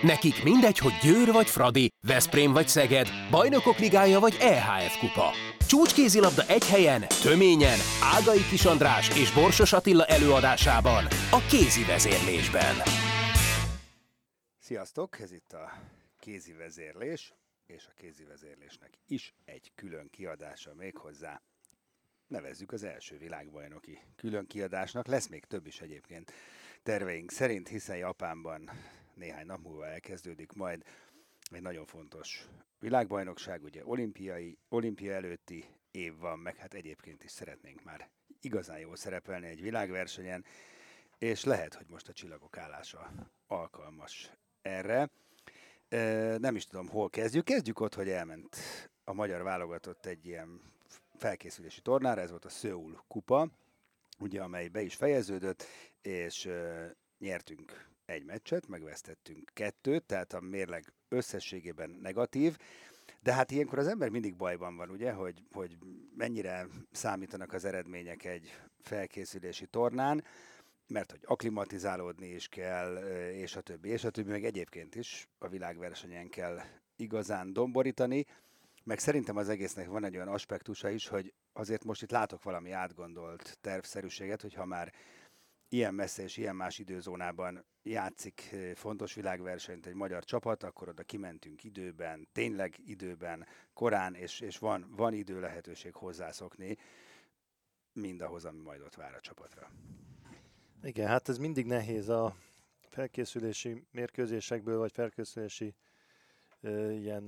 Nekik mindegy, hogy Győr vagy Fradi, Veszprém vagy Szeged, Bajnokok Ligája vagy EHF Kupa. Csúcskézilabda egy helyen, töményen, Ágai Kis András és Borsos Attila előadásában, a Kézi Vezérlésben. Sziasztok, ez itt a Kézi Vezérlés, és a Kézi Vezérlésnek is egy külön kiadása méghozzá. Nevezzük az első világbajnoki külön kiadásnak, lesz még több is egyébként terveink szerint, hiszen Japánban néhány nap múlva elkezdődik majd egy nagyon fontos világbajnokság, ugye olimpia előtti év van, meg hát egyébként is szeretnénk már igazán jól szerepelni egy világversenyen, és lehet, hogy most a csillagok állása alkalmas erre. Nem is tudom, hol kezdjük. Kezdjük ott, hogy elment a magyar válogatott egy ilyen felkészülési tornára, ez volt a Szöul kupa, ugye, amely be is fejeződött, és nyertünk egy meccset, megvesztettünk 2, tehát a mérleg összességében negatív, de hát ilyenkor az ember mindig bajban van, ugye, hogy mennyire számítanak az eredmények egy felkészülési tornán, mert hogy akklimatizálódni is kell, és a többi, meg egyébként is a világversenyen kell igazán domborítani, meg szerintem az egésznek van egy olyan aspektusa is, hogy azért most itt látok valami átgondolt tervszerűséget, hogy ha már ilyen messze és ilyen más időzónában játszik fontos világversenyt egy magyar csapat, akkor oda kimentünk időben, tényleg időben, korán, és van idő lehetőség hozzászokni mindahhoz, ami majd ott vár a csapatra. Igen, hát ez mindig nehéz a felkészülési mérkőzésekből, vagy felkészülési ilyen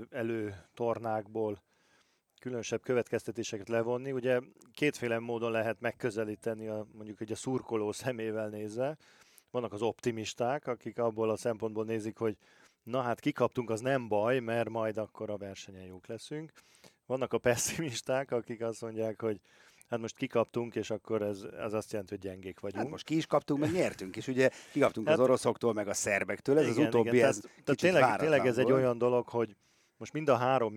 előtornákból különösebb következtetéseket levonni. Ugye kétféle módon lehet megközelíteni mondjuk egy a szurkoló szemével nézve. Vannak az optimisták, akik abból a szempontból nézik, hogy na hát kikaptunk, az nem baj, mert majd akkor a versenyen jók leszünk. Vannak a pessimisták, akik azt mondják, hogy hát most kikaptunk, és akkor ez azt jelenti, hogy gyengék vagyunk. Hát most ki is kaptunk, meg nyertünk is, ugye kikaptunk az oroszoktól, meg a szerbektől, ez igen, az utóbbi, ez tényleg ez egy olyan dolog, hogy most mind a 3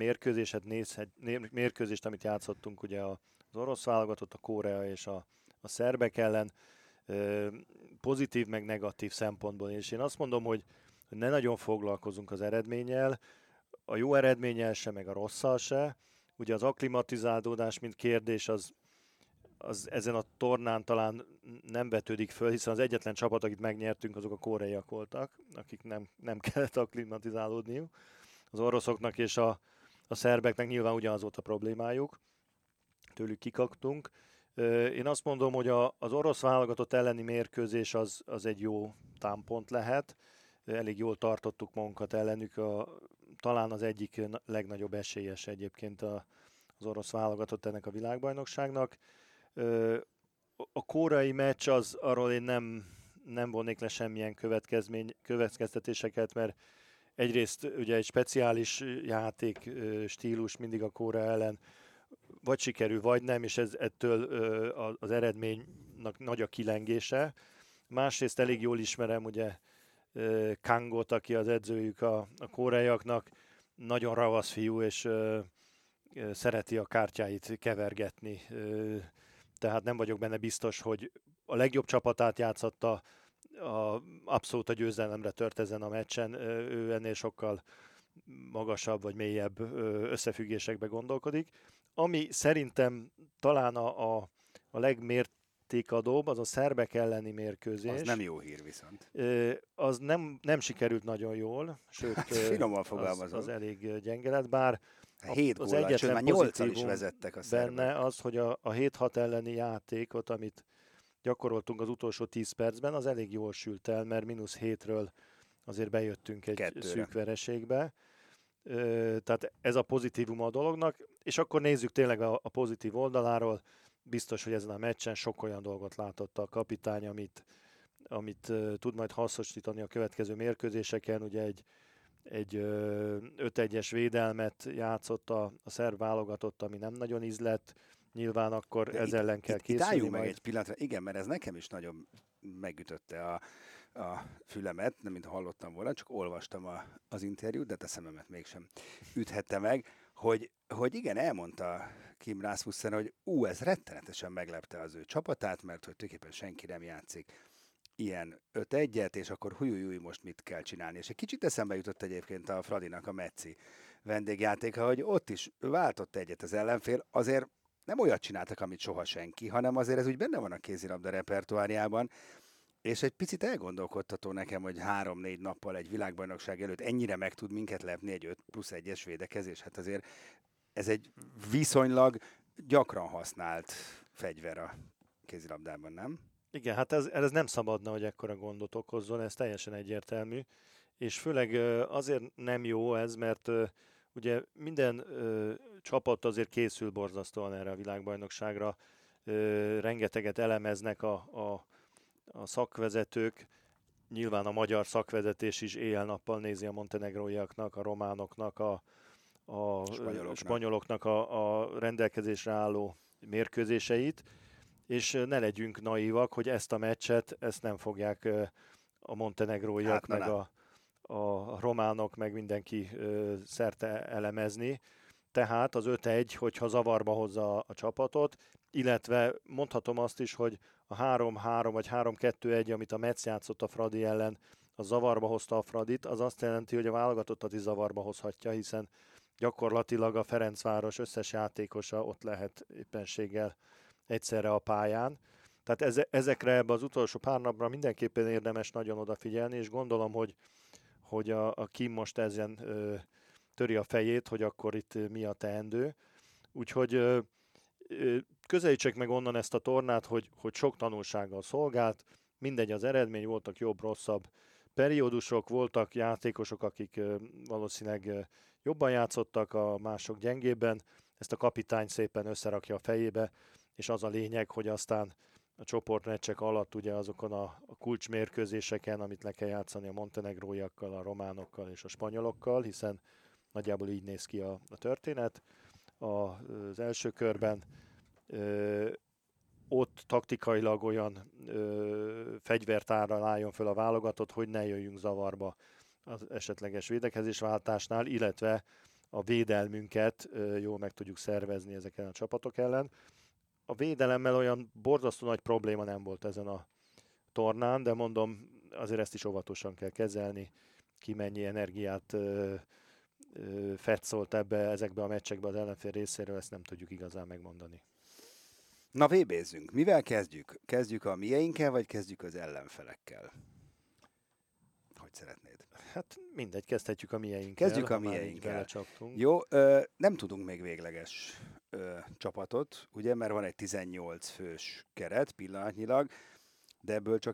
mérkőzést, amit játszottunk, ugye az orosz válogatott, a Korea és a szerbek ellen, pozitív meg negatív szempontból. És én azt mondom, hogy ne nagyon foglalkozunk az eredménnyel, a jó eredménnyel se, meg a rosszal se. Ugye az akklimatizálódás, mint kérdés, az ezen a tornán talán nem vetődik föl, hiszen az egyetlen csapat, akit megnyertünk, azok a koreaiak voltak, akik nem kellett akklimatizálódniuk. Az oroszoknak és a szerbeknek nyilván ugyanaz volt a problémájuk, tőlük kikaptunk. Én azt mondom, hogy az orosz válogatott elleni mérkőzés az egy jó támpont lehet. Elég jól tartottuk magunkat ellenük, talán az egyik legnagyobb esélyes egyébként az orosz válogatott ennek a világbajnokságnak. A koreai meccs, arról én nem vonnék le semmilyen következtetéseket, mert egyrészt ugye egy speciális játék stílus mindig a Korea ellen vagy sikerül, vagy nem, és ettől az eredménynek nagy a kilengése. Másrészt elég jól ismerem ugye Kangot, aki az edzőjük a koreaiaknak, nagyon ravasz fiú, és szereti a kártyáit kevergetni. Tehát nem vagyok benne biztos, hogy a legjobb csapatát játszotta, abszolút a győzelemre tört ezen a meccsen, ő ennél sokkal magasabb vagy mélyebb összefüggésekbe gondolkodik. Ami szerintem talán a legmértékadóbb, az a szerbek elleni mérkőzés. Az nem jó hír viszont. Az nem sikerült nagyon jól, sőt finoman fogalmazom. Az elég gyenge lett, bár 7 az góllal, egyetlen már 8-al is pozitívum vezettek a szerbek. benne az, hogy a 7-6 elleni játékot, amit gyakoroltunk az utolsó 10 percben, az elég jól sült el, mert -7-ről azért bejöttünk egy 2-re. szűk vereségbe. Tehát ez a pozitívum a dolognak, és akkor nézzük tényleg a pozitív oldaláról. Biztos, hogy ezen a meccsen sok olyan dolgot látott a kapitány, amit tud majd hasznosítani a következő mérkőzéseken. Ugye egy 5-1-es védelmet játszott a szerb válogatott, ami nem nagyon ízlett. Nyilván akkor ez ellen kell készülni. Álljunk meg egy pillanatra, igen, mert ez nekem is nagyon megütötte a fülemet, nem mint hallottam volna, csak olvastam az interjút, de a szememet mégsem üthette meg, hogy igen, elmondta Kim Rasmussen, hogy ez rettenetesen meglepte az ő csapatát, mert hogy tulajdonképpen senki nem játszik ilyen 5-1-et, és akkor hujújúj, most mit kell csinálni. És egy kicsit eszembe jutott egyébként a Fradinak a Metzi vendégjátéka, hogy ott is váltott egyet az ellenfél, azért nem olyat csináltak, amit soha senki, hanem azért ez úgy benne van a kézilabda repertoárjában, és egy picit elgondolkodtató nekem, hogy 3-4 nappal egy világbajnokság előtt ennyire meg tud minket lepni egy 5+1-es védekezés. Hát azért ez egy viszonylag gyakran használt fegyver a kézilabdában, nem? Igen, hát ez nem szabadna, hogy ekkora gondot okozzon, ez teljesen egyértelmű, és főleg azért nem jó ez, mert ugye minden csapat azért készül borzasztóan erre a világbajnokságra, rengeteget elemeznek a szakvezetők, nyilván a magyar szakvezetés is éjjel-nappal nézi a montenegróiaknak, a románoknak, a spanyoloknak a rendelkezésre álló mérkőzéseit, és ne legyünk naívak, hogy ezt a meccset, ezt nem fogják a montenegróiak, meg a románok, meg mindenki szerte elemezni. Tehát az 5-1, hogyha zavarba hozza a csapatot, illetve mondhatom azt is, hogy a 3-3 vagy 3-2-1, amit a Metz játszott a Fradi ellen, az zavarba hozta a Fradit, az azt jelenti, hogy a válogatottat is zavarba hozhatja, hiszen gyakorlatilag a Ferencváros összes játékosa ott lehet éppenséggel egyszerre a pályán. Tehát ezekre ebbe az utolsó pár napra mindenképpen érdemes nagyon odafigyelni, és gondolom, hogy a Kim most ezen töri a fejét, hogy akkor itt mi a teendő. Úgyhogy közelítsek meg onnan ezt a tornát, hogy sok tanulsággal szolgált, mindegy az eredmény, voltak jobb-rosszabb periódusok, voltak játékosok, akik valószínűleg jobban játszottak, a mások gyengébben, ezt a kapitány szépen összerakja a fejébe, és az a lényeg, hogy aztán a csoportmeccsek alatt ugye azokon a kulcsmérkőzéseken, amit le kell játszani a montenegróiakkal, a románokkal és a spanyolokkal, hiszen nagyjából így néz ki a történet. Az első körben ott taktikailag olyan fegyvertárral álljon föl a válogatott, hogy ne jöjjünk zavarba az esetleges védekezésváltásnál, illetve a védelmünket jól meg tudjuk szervezni ezeken a csapatok ellen. A védelemmel olyan borzasztó nagy probléma nem volt ezen a tornán, de mondom, azért ezt is óvatosan kell kezelni, ki mennyi energiát fetszolt ezekbe a meccsekbe az ellenfél részéről, ezt nem tudjuk igazán megmondani. Na, VB-zzünk. Mivel kezdjük? Kezdjük a mieinkkel, vagy kezdjük az ellenfelekkel? Hogy szeretnéd? Hát mindegy, kezdhetjük a mieinkkel. Kezdjük a mieinkkel. Jó, nem tudunk még végleges csapatot, ugye, mert van egy 18 fős keret pillanatnyilag, de ebből csak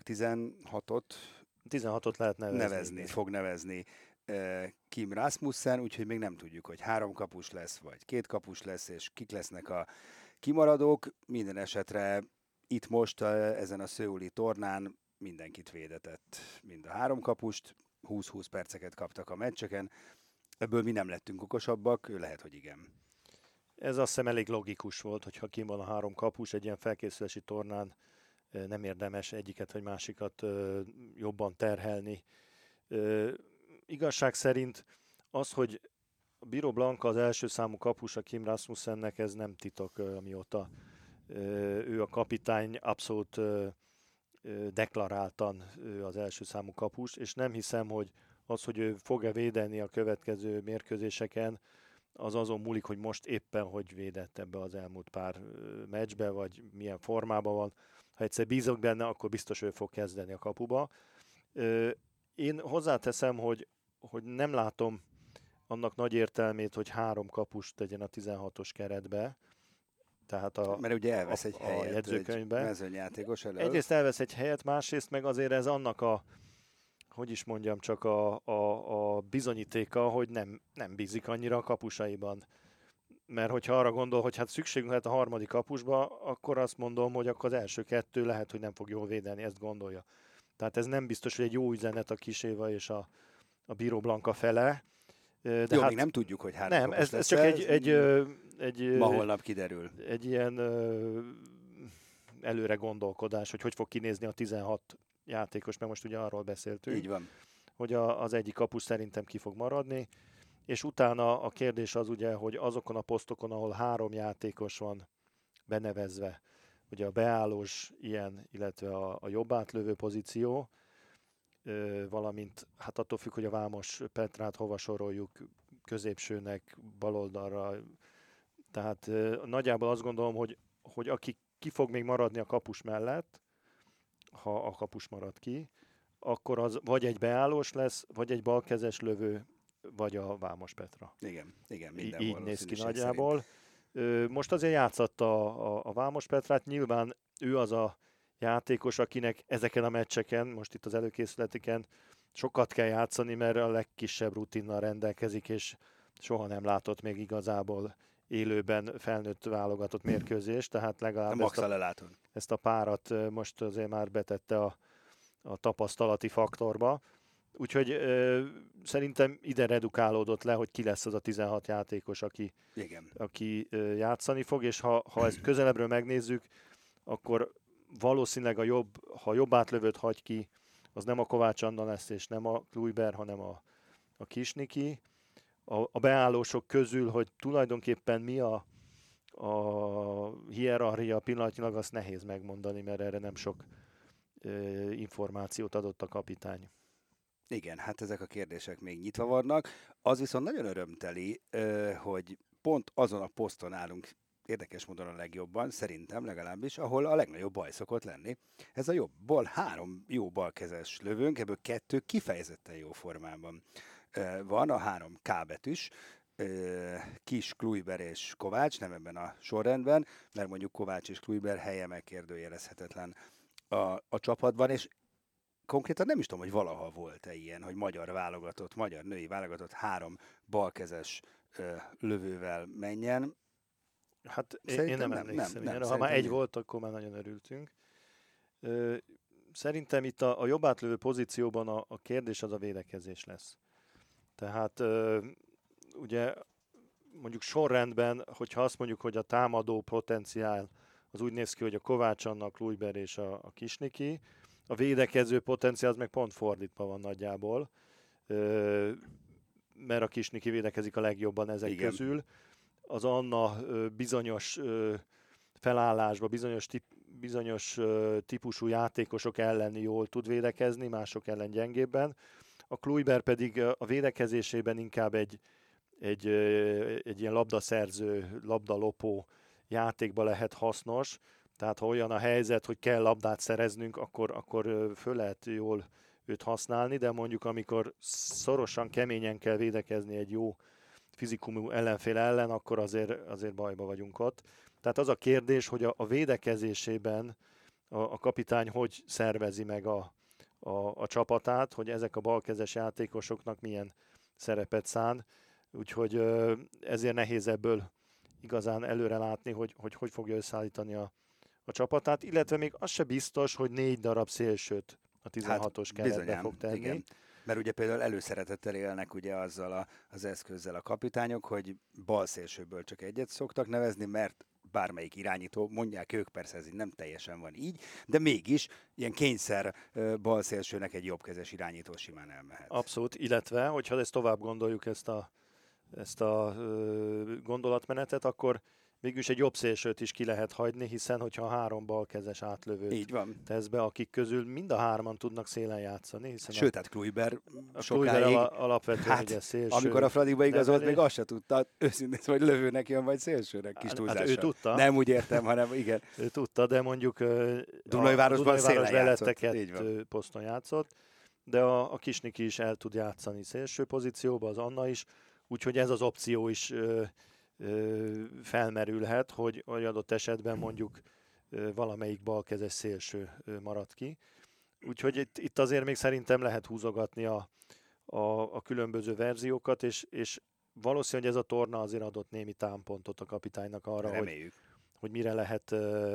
16-ot lehet nevezni. Fog nevezni Kim Rasmussen, úgyhogy még nem tudjuk, hogy 3 kapus lesz, vagy 2 kapus lesz, és kik lesznek a kimaradók. Minden esetre itt most ezen a szöuli tornán mindenkit védetett, mind a 3 kapust, 20-20 perceket kaptak a meccseken. Ebből mi nem lettünk okosabbak, lehet, hogy igen. Ez azt hiszem elég logikus volt, hogyha kim van a 3 kapus, egy ilyen felkészülési tornán nem érdemes egyiket vagy másikat jobban terhelni. Igazság szerint az, hogy Biro Blanka az első számú kapus a Kim Rasmussennek, ez nem titok, amióta ő a kapitány, abszolút deklaráltan ő az első számú kapus, és nem hiszem, hogy az, hogy ő fog-e védeni a következő mérkőzéseken, az azon múlik, hogy most éppen hogy védett ebbe az elmúlt pár meccsbe, vagy milyen formában van. Ha egyszer bízok benne, akkor biztos ő fog kezdeni a kapuba. Én hozzáteszem, hogy nem látom annak nagy értelmét, hogy 3 kapust tegyen a 16-os keretbe. Tehát mert ugye elvesz egy helyet egy mezőnyjátékos elől. Egyrészt elvesz egy helyet, másrészt meg azért ez annak hogy is mondjam, csak a bizonyítéka, hogy nem bízik annyira a kapusaiban. Mert hogyha arra gondol, hogy hát szükségünk lehet a harmadik kapusba, akkor azt mondom, hogy akkor az első 2 lehet, hogy nem fog jól védeni, ezt gondolja. Tehát ez nem biztos, hogy egy jó üzenet a Kiséva és a Biro Blanka fele. De jó, hát, még nem tudjuk, hogy 3 nem, kapus ez csak egy ma holnap kiderül. Egy ilyen előre gondolkodás, hogy fog kinézni a 16 játékos, mert most ugye arról beszéltünk. Így van. Hogy az egyik kapus szerintem ki fog maradni, és utána a kérdés az ugye, hogy azokon a posztokon, ahol 3 játékos van benevezve, ugye a beállós ilyen, illetve a jobb átlövő pozíció, valamint hát attól függ, hogy a Vámos Petrát hova soroljuk, középsőnek, baloldalra. Tehát nagyjából azt gondolom, hogy aki ki fog még maradni a kapus mellett, ha a kapus marad ki, akkor az vagy egy beállós lesz, vagy egy balkezes lövő, vagy a Vámos Petra. Igen, minden így néz ki valószínűség nagyjából. Most azért játszatta a Vámos Petrát, nyilván ő az a játékos, akinek ezeken a meccseken, most itt az előkészületiken sokat kell játszani, mert a legkisebb rutinnal rendelkezik, és soha nem látott még igazából élőben felnőtt válogatott mérkőzést, tehát legalább ezt a párat most azért már betette a tapasztalati faktorba. Úgyhogy szerintem ide redukálódott le, hogy ki lesz az a 16 játékos, aki játszani fog, és ha ezt közelebbről megnézzük, akkor valószínűleg ha jobb átlövőt hagy ki, az nem a Kovács Anna lesz, és nem a Kluiber, hanem a Kisniki. A beállósok közül, hogy tulajdonképpen mi a hierarchia pillanatnyilag, azt nehéz megmondani, mert erre nem sok információt adott a kapitány. Igen, hát ezek a kérdések még nyitva vannak. Az viszont nagyon örömteli, hogy pont azon a poszton állunk érdekes módon a legjobban, szerintem legalábbis, ahol a legnagyobb baj szokott lenni. Ez a jobb bal, 3 jó balkezes lövőnk, ebből 2 kifejezetten jó formában van, a 3 K betűs, Kis, Kluiber és Kovács, nem ebben a sorrendben, mert mondjuk Kovács és Kluiber helye megkérdőjelezhetetlen a csapatban, és konkrétan nem is tudom, hogy valaha volt-e ilyen, hogy magyar női válogatott 3 balkezes lövővel menjen. Hát én nem emlékszem. Nem, ha már egy volt, akkor már nagyon örültünk. Szerintem itt a jobb átlövő pozícióban a kérdés az a védekezés lesz. Tehát ugye mondjuk sorrendben, hogyha azt mondjuk, hogy a támadó potenciál az úgy néz ki, hogy a Kovács Anna, Kluiber és a Kisniki, a védekező potenciál az meg pont fordítva van nagyjából, mert a Kisniki védekezik a legjobban ezek közül. Az Anna bizonyos felállásba, bizonyos típusú játékosok ellen jól tud védekezni, mások ellen gyengébben. A Kluiber pedig a védekezésében inkább egy ilyen labdaszerző, labdalopó játékba lehet hasznos. Tehát ha olyan a helyzet, hogy kell labdát szereznünk, akkor föl lehet jól őt használni, de mondjuk amikor szorosan, keményen kell védekezni egy jó fizikumú ellenfél ellen, akkor azért bajba vagyunk ott. Tehát az a kérdés, hogy a védekezésében a kapitány hogy szervezi meg a csapatát, hogy ezek a balkezes játékosoknak milyen szerepet szán. Úgyhogy ezért nehéz ebből igazán előre látni, hogy fogja összeállítani a csapatát, illetve még az se biztos, hogy 4 darab szélsőt a 16-os keretbe fog tenni. Igen. Mert ugye például előszeretettel élnek ugye azzal az eszközzel a kapitányok, hogy balszélsőből csak egyet szoktak nevezni, mert bármelyik irányító, mondják ők, persze ez így nem teljesen van így, de mégis ilyen kényszer balszélsőnek egy jobbkezes irányító simán elmehet. Abszolút, illetve, hogyha ezt tovább gondoljuk, ezt a gondolatmenetet, akkor mégis egy jobb szélsőt is ki lehet hagyni, hiszen hogyha 3 balkezes átlövőt tesz be, akik közül mind a 3-an tudnak szélen játszani. Hiszen sőt, tehát Kluiber sokáig alapvetően ugye szélső. Amikor a Fradiba igazolt, még azt se tudta, őszintén, hogy lövőnek jön, vagy szélsőnek kis túlzással. Hát ő tudta. Nem úgy értem, hanem igen. Ő tudta, de mondjuk Dunajvárosban szélen játszott. Poszton játszott, de a Kisniki is el tud játszani szélső pozícióba, az Anna is, úgyhogy ez az opció is felmerülhet, hogy adott esetben mondjuk valamelyik balkezes szélső marad ki. Úgyhogy itt azért még szerintem lehet húzogatni a különböző verziókat, és valószínű, hogy ez a torna azért adott némi támpontot a kapitánynak arra, hogy mire lehet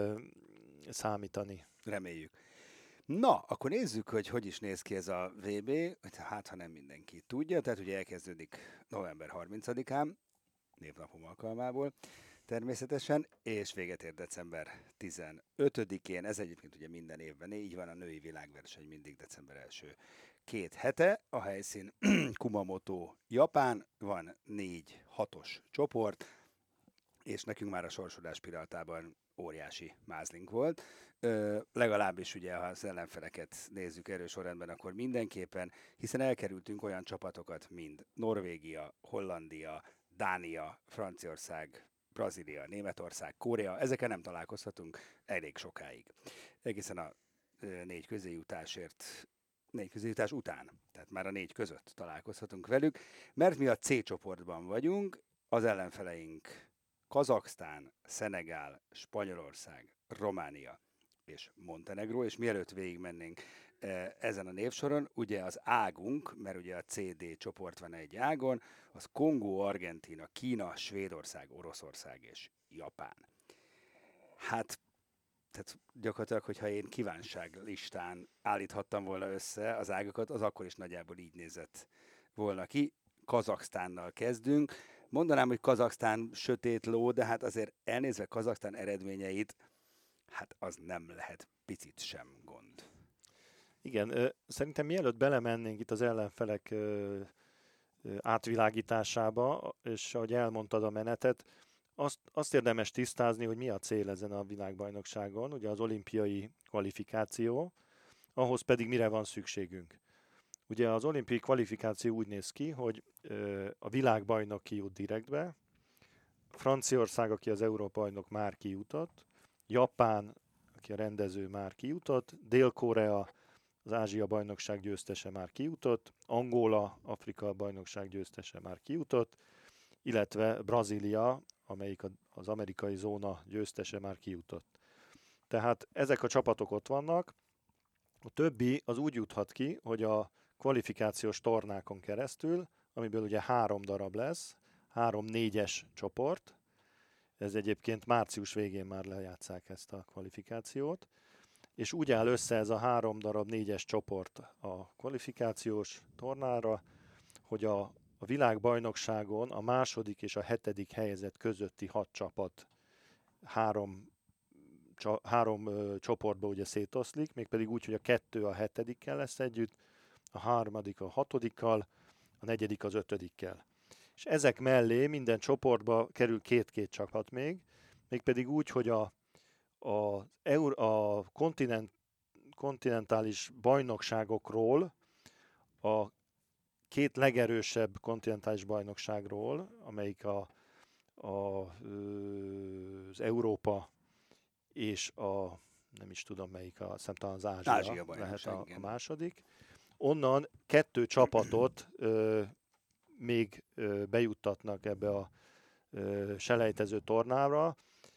számítani. Reméljük. Na, akkor nézzük, hogy is néz ki ez a VB, hát ha nem mindenki tudja, tehát ugye elkezdődik november 30-án, névnapom alkalmából természetesen, és véget ér december 15-én. Ez egyébként ugye minden évben így van, a női világverseny mindig december első 2 hete. A helyszín Kumamoto, Japán, van 4 6-os csoport, és nekünk már a sorsolás pillanatában óriási mázlink volt. Legalábbis ugye, ha az ellenfeleket nézzük erős sorrendben, akkor mindenképpen, hiszen elkerültünk olyan csapatokat, mint Norvégia, Hollandia, Dánia, Franciaország, Brazília, Németország, Korea, ezekkel nem találkozhatunk elég sokáig. Egészen a 4 közéjutás után, tehát már a 4 között találkozhatunk velük, mert mi a C csoportban vagyunk, az ellenfeleink Kazaksztán, Szenegál, Spanyolország, Románia és Montenegró, és mielőtt végigmennénk ezen a névsoron, ugye az águnk, mert ugye a CD csoport van egy ágon, az Kongó, Argentína, Kína, Svédország, Oroszország és Japán. Hát, tehát gyakorlatilag, hogyha én kívánságlistán állíthattam volna össze az ágakat, az akkor is nagyjából így nézett volna ki. Kazaksztánnal kezdünk. Mondanám, hogy Kazaksztán sötét ló, de hát azért elnézve Kazaksztán eredményeit, hát az nem lehet picit sem gond. Igen, szerintem mielőtt belemennénk itt az ellenfelek átvilágításába, és ahogy elmondtad a menetet, azt érdemes tisztázni, hogy mi a cél ezen a világbajnokságon, ugye az olimpiai kvalifikáció, ahhoz pedig mire van szükségünk. Ugye az olimpiai kvalifikáció úgy néz ki, hogy a világbajnok kijut direktbe, Franciaország, aki az Európa-bajnok, már kijutott, Japán, aki a rendező, már kijutott, Dél-Korea, az Ázsia-bajnokság győztese, már kijutott, Angola, Afrika-bajnokság győztese, már kijutott, illetve Brazília, amelyik az amerikai zóna győztese, már kijutott. Tehát ezek a csapatok ott vannak, a többi az úgy juthat ki, hogy a kvalifikációs tornákon keresztül, amiből ugye 3 darab lesz, 3 4-es csoport, ez egyébként március végén már lejátszák ezt a kvalifikációt, és úgy áll össze ez a 3 darab 4-es csoport a kvalifikációs tornára, hogy a világbajnokságon a második és a 7. helyezett közötti 6 csapat 3 csoportba ugye szétoszlik, mégpedig úgy, hogy a 2 a 7-kel lesz együtt, a 3. a 6-kal, a 4. az 5-kel. És ezek mellé minden csoportba kerül 2 csapat mégpedig úgy, hogy a kontinentális bajnokságokról, a 2 legerősebb kontinentális bajnokságról, amelyik az Európa és nem is tudom melyik, talán az Ázsia lehet a második. Onnan 2 csapatot még bejuttatnak ebbe a selejtező tornára,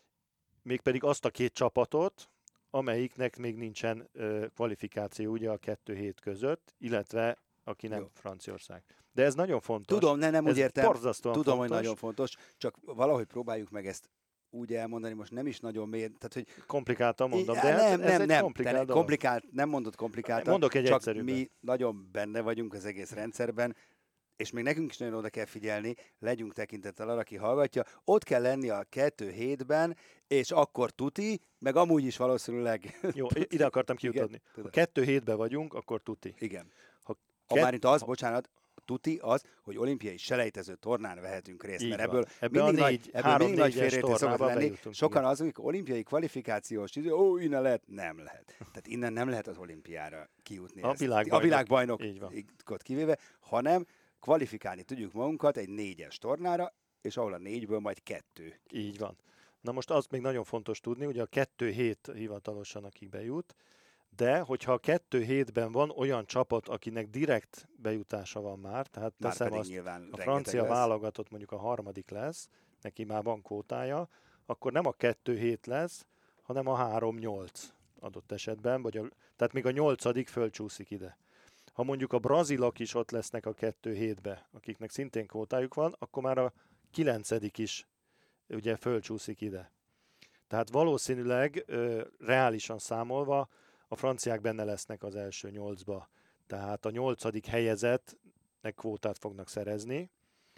mégpedig azt a 2 csapatot, amelyiknek még nincsen kvalifikáció ugye a 2 hét között, illetve aki nem Franciaország. De ez nagyon fontos. Tudom, nem úgy értem. Tudom, fontos. hogy nagyon fontos, csak valahogy próbáljuk meg ezt úgy elmondani, most nem is nagyon mély, tehát hogy... Komplikáltan mondom, de ez egy komplikált dolog. Nem mondod komplikáltan, mondok egy csak egyszerűbben. Mi nagyon benne vagyunk az egész rendszerben, és még nekünk is nagyon oda kell figyelni, legyünk tekintettel arra, aki hallgatja, ott kell lenni a 2 hétben, és akkor tuti, meg amúgy is valószínűleg... Jó, ide akartam kiutatni. Ha 2 hétben vagyunk, akkor tuti. Igen. Márint az, bocsánat, tuti az, hogy olimpiai selejtező tornán vehetünk részt, mert ebből mindig nagy félreértés szokott lenni. Sokan igen. Az, hogy olimpiai kvalifikációs, innen lehet, nem lehet. Tehát innen nem lehet az olimpiára kijutni. A világbajnokot kivéve, hanem kvalifikálni tudjuk magunkat egy 4-es tornára, és ahol a 4-ből majd 2. Így van. Na most az még nagyon fontos tudni, ugye a 2 hét hivatalosan, akik bejut, de hogyha a 2 hétben van olyan csapat, akinek direkt bejutása van már, tehát teszem azt, a francia válogatott mondjuk a 3. lesz, neki már van kvótája, akkor nem a 2 hét lesz, hanem a 3-8 adott esetben, tehát még a 8. fölcsúszik ide. Ha mondjuk a brazilok is ott lesznek a 2 hétbe, akiknek szintén kvótájuk van, akkor már a 9. is ugye fölcsúszik ide. Tehát valószínűleg reálisan számolva a franciák benne lesznek az első 8-ba. Tehát a 8. helyezettnek kvótát fognak szerezni,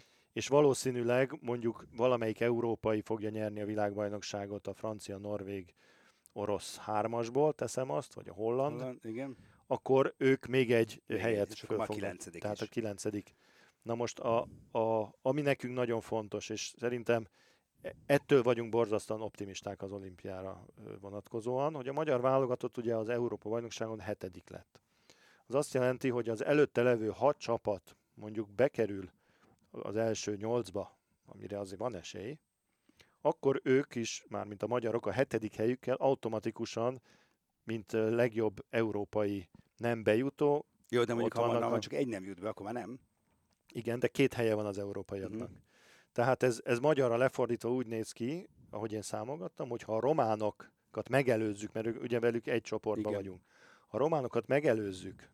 és valószínűleg mondjuk valamelyik európai fogja nyerni a világbajnokságot a francia, norvég, orosz 3-asból, teszem azt, vagy a holland. Igen. Akkor ők még egy helyet fölfognak. Tehát a 9. Na most ami nekünk nagyon fontos, és szerintem ettől vagyunk borzasztóan optimisták az olimpiára vonatkozóan, hogy a magyar válogatott ugye az Európa-bajnokságon 7. lett. Az azt jelenti, hogy az előtte levő 6 csapat mondjuk bekerül az első 8-ba, amire azért van esély, akkor ők is, mármint a magyarok a 7. helyükkel automatikusan, mint legjobb európai nem bejutó. Jó, de mondjuk ott ha csak egy nem jut be, akkor már nem. Igen, de 2 helye van az európaiaknak. Tehát ez magyarra lefordítva úgy néz ki, ahogy én számolgattam, hogy ha a románokat megelőzzük, mert ugye velük egy csoportban vagyunk, ha a románokat megelőzzük,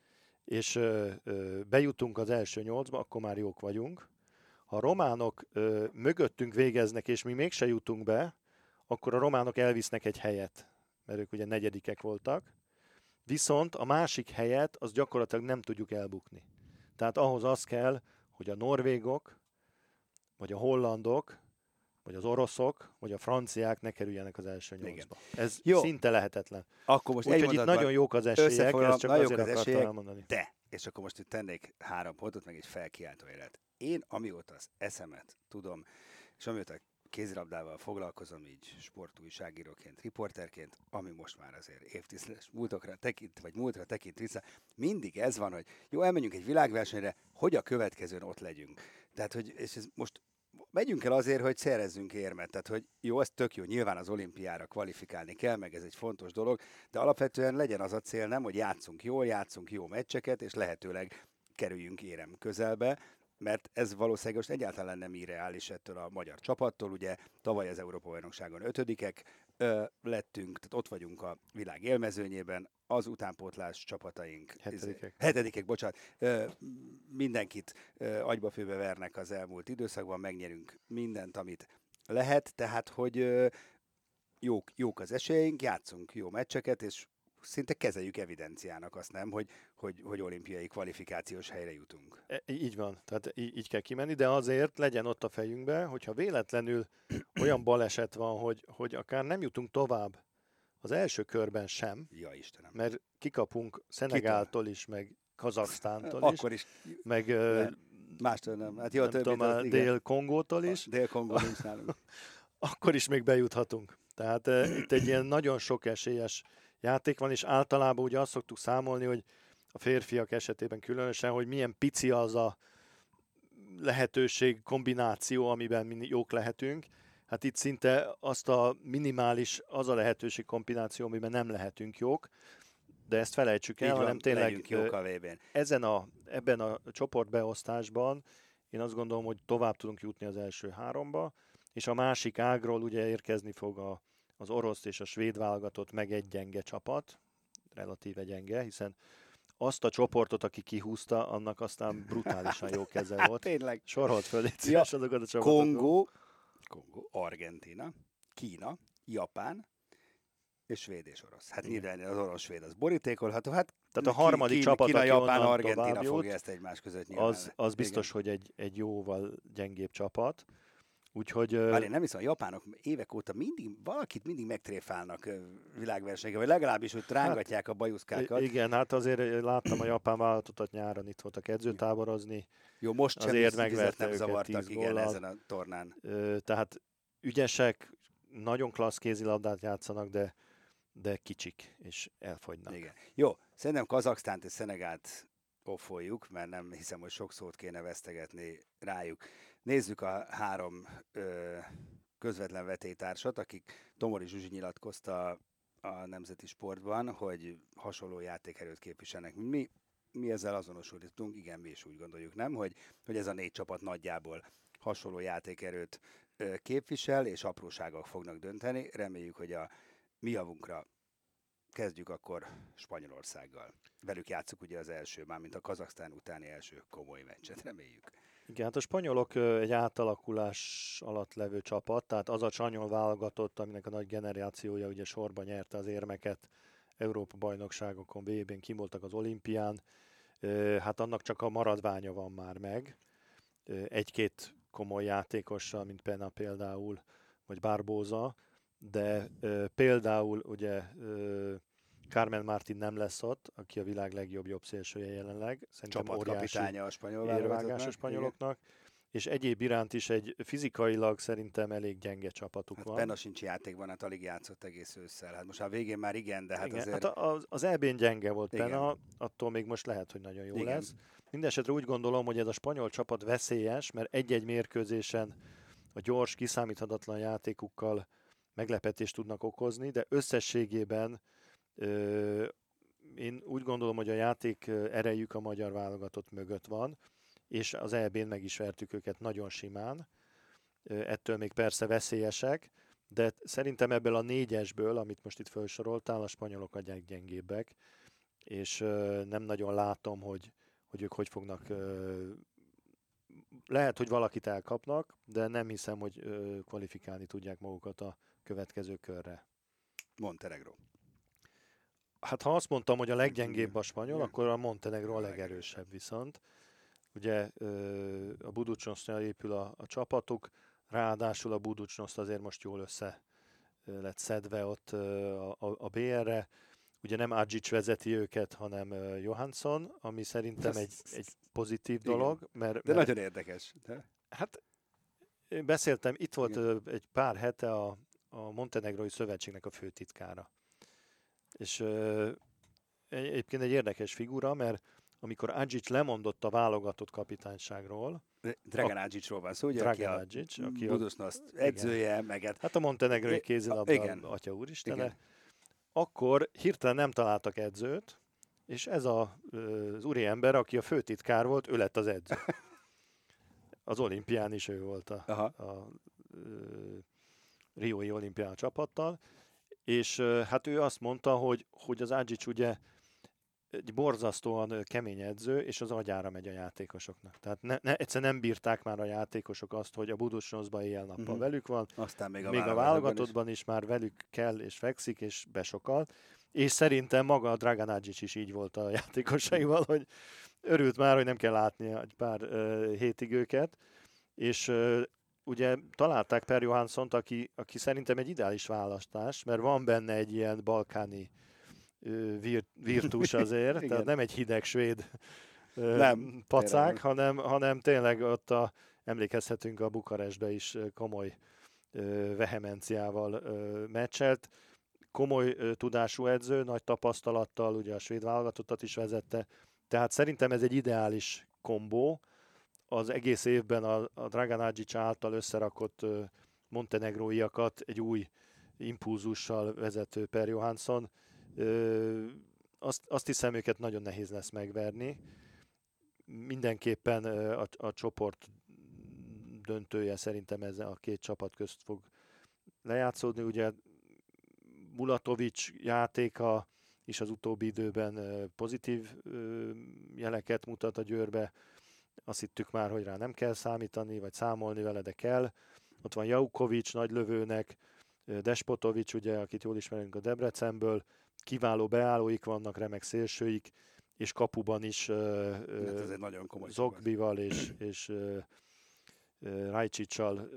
és bejutunk az első 8-ba, akkor már jók vagyunk. Ha a románok mögöttünk végeznek, és mi mégse jutunk be, akkor a románok elvisznek egy helyet, mert ők ugye 4. voltak. Viszont a másik helyet, az gyakorlatilag nem tudjuk elbukni. Tehát ahhoz az kell, hogy a norvégok, vagy a hollandok, vagy az oroszok, vagy a franciák ne kerüljenek az első 8-ba. Ez szinte lehetetlen. Akkor most úgyhogy itt nagyon jók az esélyek, ezt csak azért akartam elmondani. De, és akkor most itt tennék 3 pontot, meg egy felkiáltó jelet. Én amióta az eszemet tudom, és amióta kézilabdával foglalkozom így sportújságíróként, riporterként, ami most már azért évtizedes múltra tekint vissza, mindig ez van, hogy jó, elmenjünk egy világversenyre, hogy a következőn ott legyünk. Tehát, hogy és ez most megyünk el azért, hogy szerezzünk érmet. Tehát, hogy jó, ez tök jó, nyilván az olimpiára kvalifikálni kell, meg ez egy fontos dolog, de alapvetően legyen az a cél, nem, hogy játszunk jó meccseket, és lehetőleg kerüljünk érem közelbe, mert ez valószínűleg most egyáltalán nem irreális ettől a magyar csapattól. Ugye tavaly az Európa-bajnokságon 5-ek lettünk, tehát ott vagyunk a világ élmezőnyében, az utánpótlás csapataink 7-ek, bocsánat, mindenkit agyba-főbe vernek az elmúlt időszakban, megnyerünk mindent, amit lehet, tehát hogy jók az esélyeink, játszunk jó meccseket, és szinte kezeljük evidenciának azt, nem, hogy olimpiai kvalifikációs helyre jutunk. Így van, tehát így kell kimenni, de azért legyen ott a fejünkbe, hogyha véletlenül olyan baleset van, hogy akár nem jutunk tovább az első körben sem, ja, Istenem, mert kikapunk Szenegáltól is, meg Kazaksztántól is, akkor is, meg mástól nem. Hát jó, nem tudom, Dél-Kongótól is. Dél-Kongó nincs nálunk. Akkor is még bejuthatunk. Tehát itt egy ilyen nagyon sok esélyes játék van, és általában ugye azt szoktuk számolni, hogy a férfiak esetében különösen, hogy milyen pici az a lehetőség, kombináció, amiben mi jók lehetünk. Hát itt szinte azt a minimális, az a lehetőség kombináció, amiben nem lehetünk jók, de ezt felejtsük el, hanem tényleg jók a VB-n. Ebben a csoportbeosztásban én azt gondolom, hogy tovább tudunk jutni az első 3-ba, és a másik ágról ugye érkezni fog az orosz és a svéd válogatott, meg egy gyenge csapat, relatíve gyenge, hiszen azt a csoportot, aki kihúzta, annak aztán brutálisan jó keze volt. Tényleg. Sorolt föl, légy szíves azokat a csapatokat. Kongó, Argentína, Kína, Japán, és svéd és orosz. Hát nyilván az orosz-svéd az borítékolható. Hát tehát a harmadik csapat, Kína, aki Japán, onnan Argentína fogja ezt egymás között nyilván. Az biztos, hogy egy jóval gyengébb csapat. Úgyhogy... Én nem hiszem, a japánok évek óta valakit mindig megtréfálnak világversenyeken, vagy legalábbis, hogy rángatják a bajuszkákat. Igen, hát azért láttam a japán válogatotat nyáron, itt voltak edzőtáborozni. Jó, most azért sem nem zavartak, igen, ezen a tornán. Tehát ügyesek, nagyon klassz kézilabdát játszanak, de kicsik, és elfogynak. Igen. Jó, szerintem Kazaksztánt és Szenegált offoljuk, mert nem hiszem, hogy sok szót kéne vesztegetni rájuk. Nézzük a 3 közvetlen vetélytársat, akik Tomori Zsuzsi nyilatkozta a Nemzeti Sportban, hogy hasonló játékerőt képviselnek. Mi ezzel azonosultunk, igen, mi is úgy gondoljuk, nem? Hogy ez a 4 csapat nagyjából hasonló játékerőt képvisel, és apróságok fognak dönteni. Reméljük, hogy a mi javunkra kezdjük akkor Spanyolországgal. Velük játszuk ugye az első, mármint a Kazaksztán utáni első komoly meccset, reméljük. Igen, hát a spanyolok egy átalakulás alatt levő csapat, tehát az a spanyol válogatott, aminek a nagy generációja ugye sorban nyerte az érmeket Európa-bajnokságokon, VB-n, kim voltak az olimpián, hát annak csak a maradványa van már meg. Egy-két komoly játékossal, mint Pena például, vagy Barbosa, de például ugye Carmen Martin nem lesz ott, aki a világ legjobb jobbszélsője jelenleg. Szerintem csapatkapitánya a spanyol érvágás a spanyoloknak. és egyéb iránt is egy fizikailag szerintem elég gyenge csapatuk van. Benna sincs játékban, hát alig játszott egész ősszel. Hát most a végén már igen, de hát igen, azért... Hát az EB-n gyenge volt Igen. Benna, attól még most lehet, hogy nagyon jó Igen. lesz. Mindenesetre úgy gondolom, hogy ez a spanyol csapat veszélyes, mert egy-egy mérkőzésen a gyors, kiszámíthatatlan játékukkal meglepetést tudnak okozni, de összességében én úgy gondolom, hogy a játék erejük a magyar válogatott mögött van, és az EB-n meg is vertük őket nagyon simán. Ettől még persze veszélyesek, de szerintem ebből a 4-esből, amit most itt felsoroltál, a spanyolok a gyengébbek, és nem nagyon látom, hogy ők hogy fognak... Lehet, hogy valakit elkapnak, de nem hiszem, hogy kvalifikálni tudják magukat a következő körre. Montenegro. Hát ha azt mondtam, hogy a leggyengébb a spanyol, akkor a Montenegro a legerősebb viszont. Ugye a Budućnosnál épül a csapatuk, ráadásul a Budućnost azért most jól össze lett szedve ott a BR-re. Ugye nem Adžić vezeti őket, hanem Johansson, ami szerintem egy pozitív dolog. Mert nagyon érdekes. De... Hát beszéltem, itt volt egy pár hete a Montenegrói Szövetségnek a főtitkára. És egyébként egy érdekes figura, mert amikor Adžić lemondott a válogatott kapitányságról, Dragan Adžićról van szó, ugye, Dragan Adžić, aki a Budućnost edzője, meg hát a montenegrói kézilabda atya úristene, akkor hirtelen nem találtak edzőt, és ez az úriember, aki a főtitkár volt, ő lett az edző. Az olimpián is ő volt a riói olimpián csapattal, és hát ő azt mondta, hogy az Adžić ugye egy borzasztóan kemény edző, és az agyára megy a játékosoknak. Tehát egyszerűen nem bírták már a játékosok azt, hogy a Budućnostban éjjel-nappal velük van, aztán még a válogatottban is már velük kell és fekszik, és besokal. És szerintem maga a Dragan Adžić is így volt a játékosaival, hogy örült már, hogy nem kell látni egy pár hétig őket, és ugye találták Per Johanssont, aki szerintem egy ideális választás, mert van benne egy ilyen balkáni virtus azért, tehát nem egy hideg svéd pacák, hanem tényleg ott emlékezhetünk a Bukarestbe is komoly vehemenciával meccselt. Komoly tudású edző, nagy tapasztalattal, ugye a svéd válogatottat is vezette, tehát szerintem ez egy ideális kombó. Az egész évben a Dragan Adžić által összerakott montenegróiakat egy új impulzussal vezető Per Johansson. Azt hiszem, őket nagyon nehéz lesz megverni. Mindenképpen a csoport döntője szerintem ez a két csapat közt fog lejátszódni. Ugye Bulatović játéka is az utóbbi időben pozitív jeleket mutat a Győrbe. Azt hittük már, hogy rá nem kell számítani, vagy számolni vele, de kell. Ott van Jauković nagylövőnek, Despotović, ugye, akit jól ismerünk a Debrecenből, kiváló beállóik vannak, remek szélsőik, és kapuban is Zogbival és Rajčićsal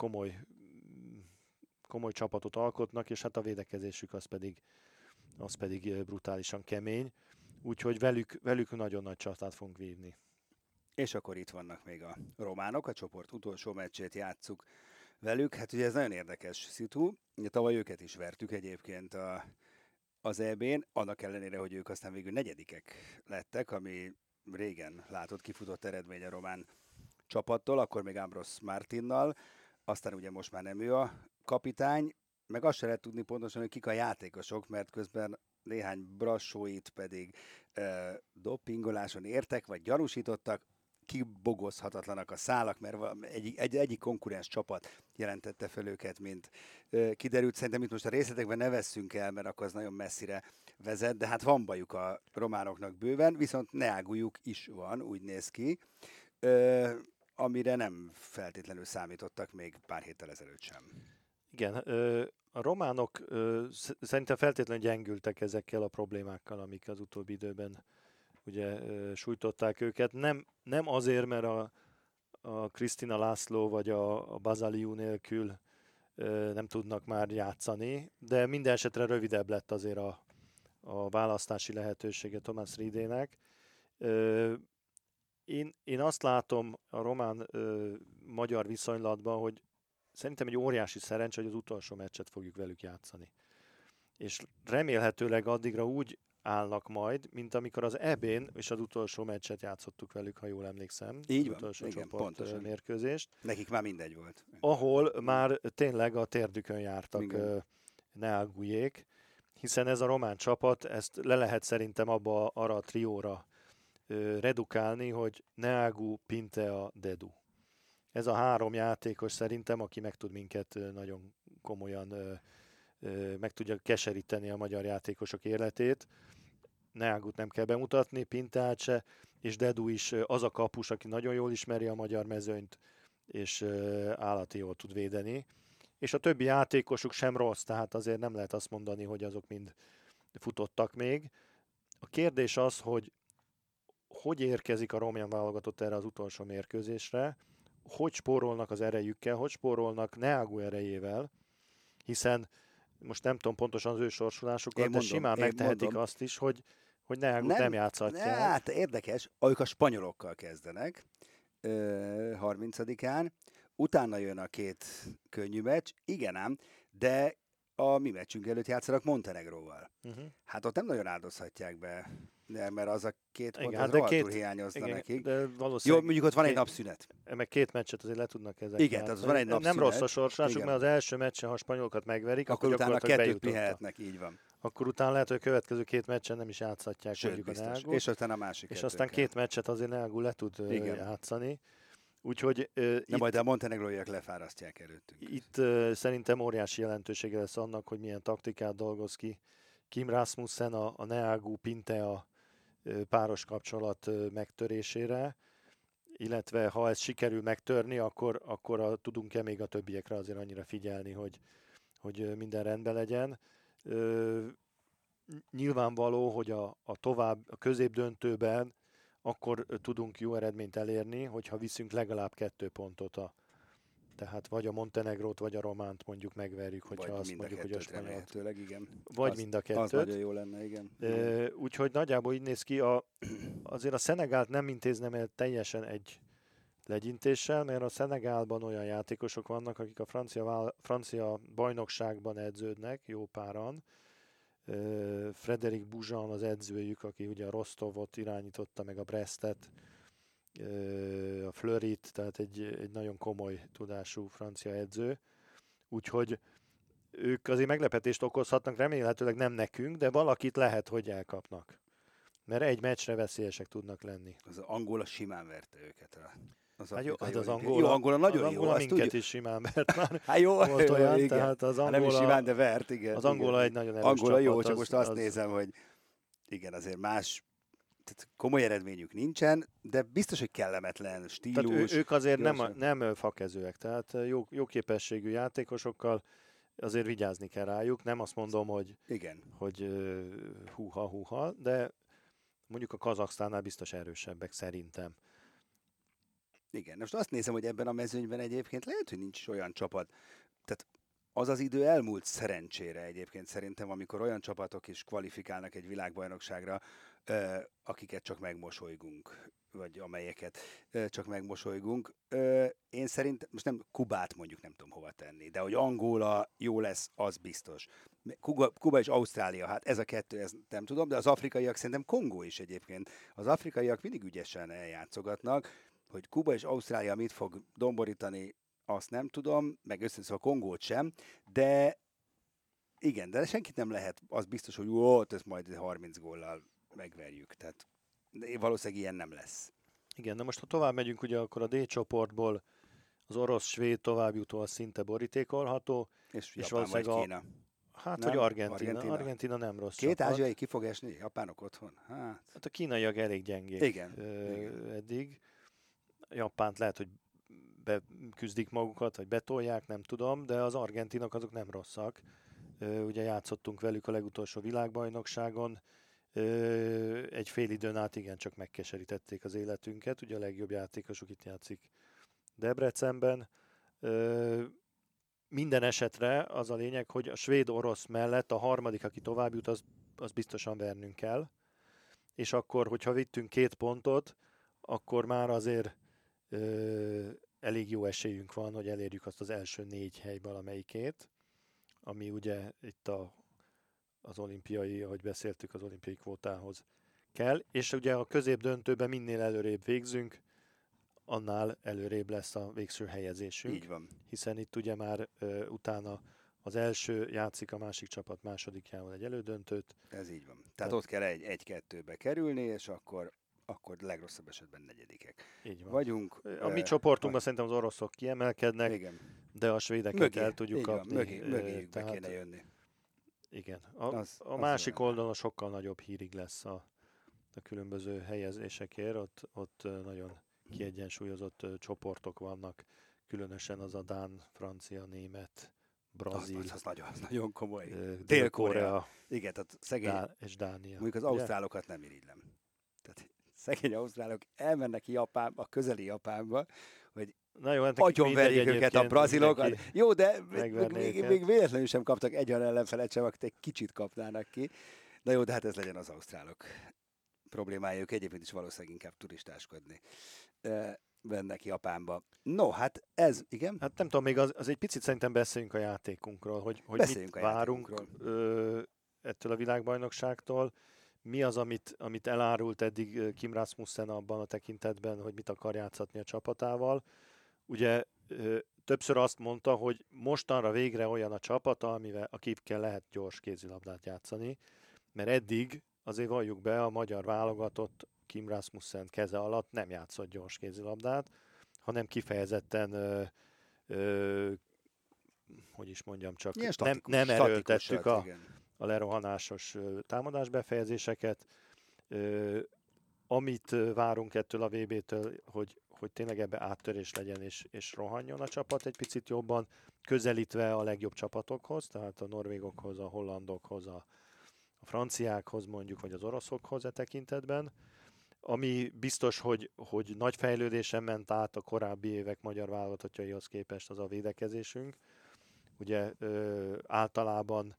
komoly csapatot alkotnak, és hát a védekezésük az pedig brutálisan kemény. Úgyhogy velük nagyon nagy csatát fogunk vívni. És akkor itt vannak még a románok, a csoport utolsó meccsét játsszuk velük. Hát ugye ez nagyon érdekes szitu. Tavaly őket is vertük egyébként az EB-n, annak ellenére, hogy ők aztán végül negyedikek lettek, ami régen látott kifutott eredmény a román csapattól, akkor még Ambros Martinnal, aztán ugye most már nem ő a kapitány, meg azt se lehet tudni pontosan, hogy kik a játékosok, mert közben néhány brassóit pedig dopingoláson értek, vagy gyanúsítottak, kibogozhatatlanak a szálak, mert egyik konkurens csapat jelentette fel őket, mint kiderült. Szerintem itt most a részletekben ne vesszünk el, mert akkor az nagyon messzire vezet, de hát van bajuk a románoknak bőven, viszont neágújuk is van, úgy néz ki, amire nem feltétlenül számítottak még pár héttel ezelőtt sem. Igen, a románok szerintem feltétlenül gyengültek ezekkel a problémákkal, amik az utóbbi időben ugye sújtották őket. Nem azért, mert a Krisztina László vagy a Bazaliu nélkül nem tudnak már játszani, de minden esetre rövidebb lett azért a választási lehetősége Thomas Riedének. Én azt látom a román-magyar viszonylatban, hogy szerintem egy óriási szerencse, hogy az utolsó meccset fogjuk velük játszani. És remélhetőleg addigra úgy állnak majd, mint amikor az EB-n és az utolsó meccset játszottuk velük, ha jól emlékszem. Így az van, utolsó igen, csoport pontosan. mérkőzést. Nekik már mindegy volt. Ahol már tényleg a térdükön jártak Neaguiék, hiszen ez a román csapat, ezt le lehet szerintem arra a trióra redukálni, hogy Neagu, Pintea, Dedu. Ez a 3 játékos szerintem, aki meg tud minket nagyon komolyan meg tudja keseríteni a magyar játékosok életét. Neagut nem kell bemutatni, Pinteát se, és Dedu is az a kapus, aki nagyon jól ismeri a magyar mezőnyt, és állati jól tud védeni. És a többi játékosuk sem rossz, tehát azért nem lehet azt mondani, hogy azok mind futottak még. A kérdés az, hogy érkezik a román válogatott erre az utolsó mérkőzésre, hogy spórolnak az erejükkel, hogy spórolnak Neagu erejével, hiszen most nem tudom pontosan az ő sorsolásukat, de simán megtehetik azt is, hogy Neagut nem játszhatják. Hát érdekes, ők a spanyolokkal kezdenek 30-án, utána jön a 2 könnyű meccs, igen ám, de a mi meccsünk előtt játszanak Montenegróval. Hát ott nem nagyon áldozhatják be, mert az a 2 pont az rohadtul hiányozna nekik. Jó, mondjuk ott van egy napszünet. Meg 2 meccset azért le tudnak ezek. Igen, tehát van egy napszünet. Nem rossz a sorsásuk, mert az első meccsen, ha a spanyolokat megverik, akkor utána 2 pihenhetnek, így van. Akkor utána lehet, hogy a következő 2 meccsen nem is játszhatják. Sőt, biztos. És aztán a másik. És aztán 2 meccset azért Neagu le tud játszani. Úgyhogy de majd a montenegróiak lefárasztják előttünk. Itt szerintem óriási jelentősége lesz annak, hogy milyen taktikát dolgoz ki Kim Rasmussen a Neagu Pintea páros kapcsolat megtörésére, illetve ha ez sikerül megtörni, akkor tudunk-e még a többiekre azért annyira figyelni, hogy minden rendben legyen. Nyilvánvaló, hogy a középdöntőben akkor tudunk jó eredményt elérni, hogyha viszünk legalább 2 pontot. Tehát vagy a Montenegrót, vagy a Románt mondjuk megverjük, hogyha azt mondjuk, hogy a Spanyolt. Igen. Vagy mind a 2. Az nagyon jó lenne, igen. Úgyhogy nagyjából így néz ki. Azért a Szenegált nem intéznem el teljesen egy legyintéssel, mert a Szenegálban olyan játékosok vannak, akik a francia bajnokságban edződnek, jó páran. Frédéric Boujan az edzőjük, aki ugye a Rostovot irányította, meg a Brestet, a Fleuryt, tehát egy nagyon komoly tudású francia edző. Úgyhogy ők azért meglepetést okozhatnak, remélhetőleg nem nekünk, de valakit lehet, hogy elkapnak. Mert egy meccsre veszélyesek tudnak lenni. Az Angola simán verte őket. Az Angola nagyon az jó. Angola minket is simán vert már. Hát jó, volt olyan, igen. tehát az Angola, nem is simán, de vert, igen. Az Angola igen. Egy nagyon erős Angola csapat. jó, csak most azt nézem, hogy igen, azért más, tehát komoly eredményük nincsen, de biztos, hogy kellemetlen stílus. Tehát ők azért nem fakezőek, tehát jó képességű játékosokkal azért vigyázni kell rájuk. Nem azt mondom, hogy húha, de mondjuk a Kazaksztánnál biztos erősebbek szerintem. Igen, most azt nézem, hogy ebben a mezőnyben egyébként lehet, hogy nincs olyan csapat. Tehát az idő elmúlt szerencsére egyébként szerintem, amikor olyan csapatok is kvalifikálnak egy világbajnokságra, akiket csak megmosolygunk, vagy amelyeket csak megmosolygunk. Én szerintem, most nem Kubát mondjuk nem tudom hova tenni, de hogy Angola jó lesz, az biztos. Kuba és Ausztrália, hát ez a 2, ez nem tudom, de az afrikaiak szerintem Kongó is egyébként. Az afrikaiak mindig ügyesen eljátszogatnak, hogy Kuba és Ausztrália mit fog domborítani, azt nem tudom, meg összeszól a Kongót sem, de igen, de senkit nem lehet, az biztos, hogy ezt majd 30 góllal megverjük, tehát valószínűleg ilyen nem lesz. Igen, de most ha tovább megyünk, ugye akkor a D csoportból az orosz-svéd továbbjutó az szinte borítékolható. És Japán vagy Kína. Hát, nem? Vagy Argentina nem rossz 2 csapat. ázsiai ki fog esni? Japánok otthon? Hát a kínaiak elég gyengék igen. eddig. Japánt lehet, hogy beküzdik magukat, vagy betolják, nem tudom, de az argentinok azok nem rosszak. Ugye játszottunk velük a legutolsó világbajnokságon. Egy fél időn át igencsak megkeserítették az életünket. Ugye a legjobb játékosuk itt játszik Debrecenben. Minden esetre az a lényeg, hogy a svéd-orosz mellett a harmadik, aki tovább jut, az biztosan vernünk kell. És akkor, hogyha vittünk 2 pontot, akkor már azért elég jó esélyünk van, hogy elérjük azt az első 4 hely valamelyikét, ami ugye itt az olimpiai, ahogy beszéltük, az olimpiai kvótához kell, és ugye a középdöntőben minél előrébb végzünk, annál előrébb lesz a végső helyezésünk. Így van. Hiszen itt ugye már utána az első játszik a másik csapat másodikjával egy elődöntőt. Ez így van. Tehát ott kell 1-2-be kerülni, és akkor legrosszabb esetben negyedikek Így van. Vagyunk. A mi csoportunkban szerintem az oroszok kiemelkednek, igen. de a svédeket el tudjuk kapni. Mögéjük be kéne jönni. Igen. A az másik oldalon sokkal nagyobb hírig lesz a különböző helyezésekért. Ott nagyon kiegyensúlyozott csoportok vannak, különösen az a dán, francia, német, brazil. Az nagyon komoly. Dél-Korea. Igen, tehát szegény. És Dánia. Mondjuk az ausztrálokat nem irigylem. Tehát szegény ausztrálok elmennek a közeli Japánba, hogy agyonverjék őket a brazilokat. Jó, de még véletlenül sem kaptak egy olyan ellenfelet sem, akit egy kicsit kapnának ki. Na jó, de hát ez legyen az ausztrálok problémája, ők egyébként is valószínűleg inkább turistáskodni vennek Japánba. No, hát ez, igen? Hát nem tudom, még az egy picit szerintem beszéljünk a játékunkról, hogy mit várunk ettől a világbajnokságtól. Mi az, amit elárult eddig Kim Rasmussen abban a tekintetben, hogy mit akar játszatni a csapatával. Ugye többször azt mondta, hogy mostanra végre olyan a csapata, akikkel lehet gyors kézilabdát játszani, mert eddig azért valljuk be, a magyar válogatott Kim Rasmussen keze alatt nem játszott gyors kézilabdát, hanem kifejezetten hogy is mondjam, csak nem erőltettük a lerohanásos támadásbefejezéseket. Amit várunk ettől a VB-től, hogy tényleg ebbe áttörés legyen, és rohanjon a csapat egy picit jobban, közelítve a legjobb csapatokhoz, tehát a norvégokhoz, a hollandokhoz, a franciákhoz mondjuk, vagy az oroszokhoz e tekintetben. Ami biztos, hogy nagy fejlődésen ment át a korábbi évek magyar válogatottjaihoz képest az a védekezésünk. Ugye általában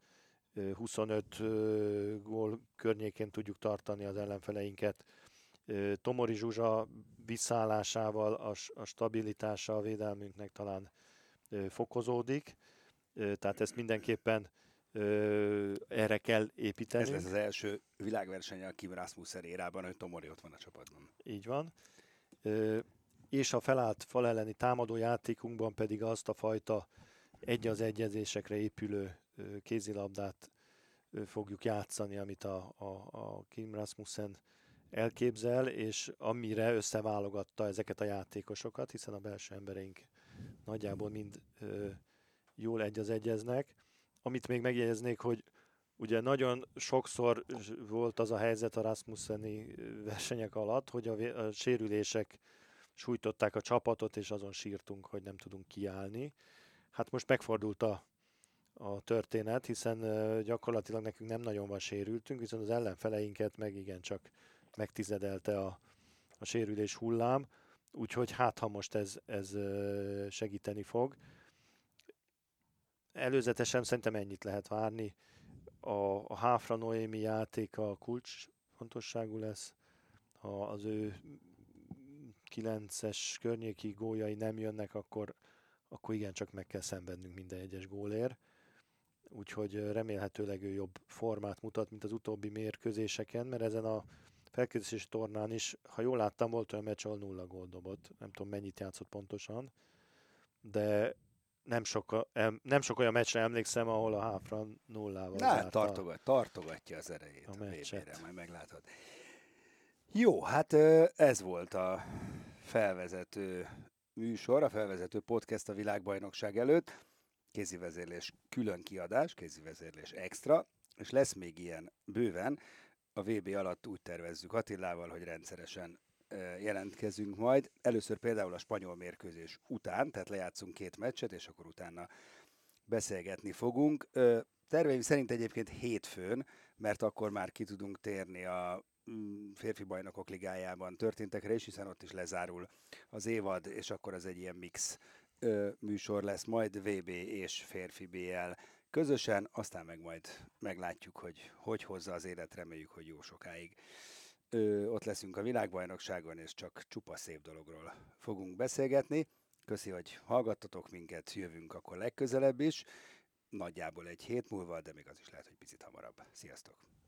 25 gól környékén tudjuk tartani az ellenfeleinket. Tomori Zsuzsa visszaállásával a stabilitása a védelmünknek talán fokozódik, tehát ezt mindenképpen erre kell építeni. Ez lesz az első világverseny a Kim Rasmussen érában, hogy Tomori ott van a csapatban. Így van. És a felállt fal elleni támadó játékunkban pedig azt a fajta egy-az-egyezésekre épülő kézilabdát fogjuk játszani, amit a Kim Rasmussen elképzel, és amire összeválogatta ezeket a játékosokat, hiszen a belső embereink nagyjából mind jól egy-az-egyeznek. Amit még megjegyeznék, hogy ugye nagyon sokszor volt az a helyzet a Rasmusseni versenyek alatt, hogy a sérülések sújtották a csapatot, és azon sírtunk, hogy nem tudunk kiállni. Hát most megfordult a történet, hiszen gyakorlatilag nekünk nem nagyon van sérültünk, viszont az ellenfeleinket meg igencsak megtizedelte a sérülés hullám, úgyhogy hát ha most ez segíteni fog. Előzetesen szerintem ennyit lehet várni. A Háfra Noémi játéka kulcsfontosságú lesz. Ha az ő 9-es környéki góljai nem jönnek, akkor igencsak meg kell szenvednünk minden egyes gólért. Úgyhogy remélhetőleg ő jobb formát mutat, mint az utóbbi mérkőzéseken, mert ezen a felkészülési tornán is, ha jól láttam, volt olyan meccs, ahol 0 gólt dobott. Nem tudom, mennyit játszott pontosan, de nem sok olyan meccsre emlékszem, ahol a Háfra 0-val zárta. Tartogatja az erejét a meccset. Majd meglátod. Jó, hát ez volt a felvezető műsor, a felvezető podcast a világbajnokság előtt. Kézivezérlés külön kiadás, kézivezérlés extra, és lesz még ilyen bőven. A VB alatt úgy tervezzük Attilával, hogy rendszeresen jelentkezünk majd. Először például a spanyol mérkőzés után, tehát lejátszunk 2 meccset, és akkor utána beszélgetni fogunk. Terveim szerint egyébként hétfőn, mert akkor már ki tudunk térni a férfi bajnokok ligájában történtekre is, hiszen ott is lezárul az évad, és akkor az egy ilyen mix műsor lesz, majd VB és férfi BL közösen, aztán meg majd meglátjuk, hogy hozza az élet, reméljük, hogy jó sokáig. ott leszünk a világbajnokságon, és csak csupa szép dologról fogunk beszélgetni. Köszi, hogy hallgattatok minket, jövünk akkor legközelebb is. Nagyjából egy hét múlva, de még az is lehet, hogy picit hamarabb. Sziasztok!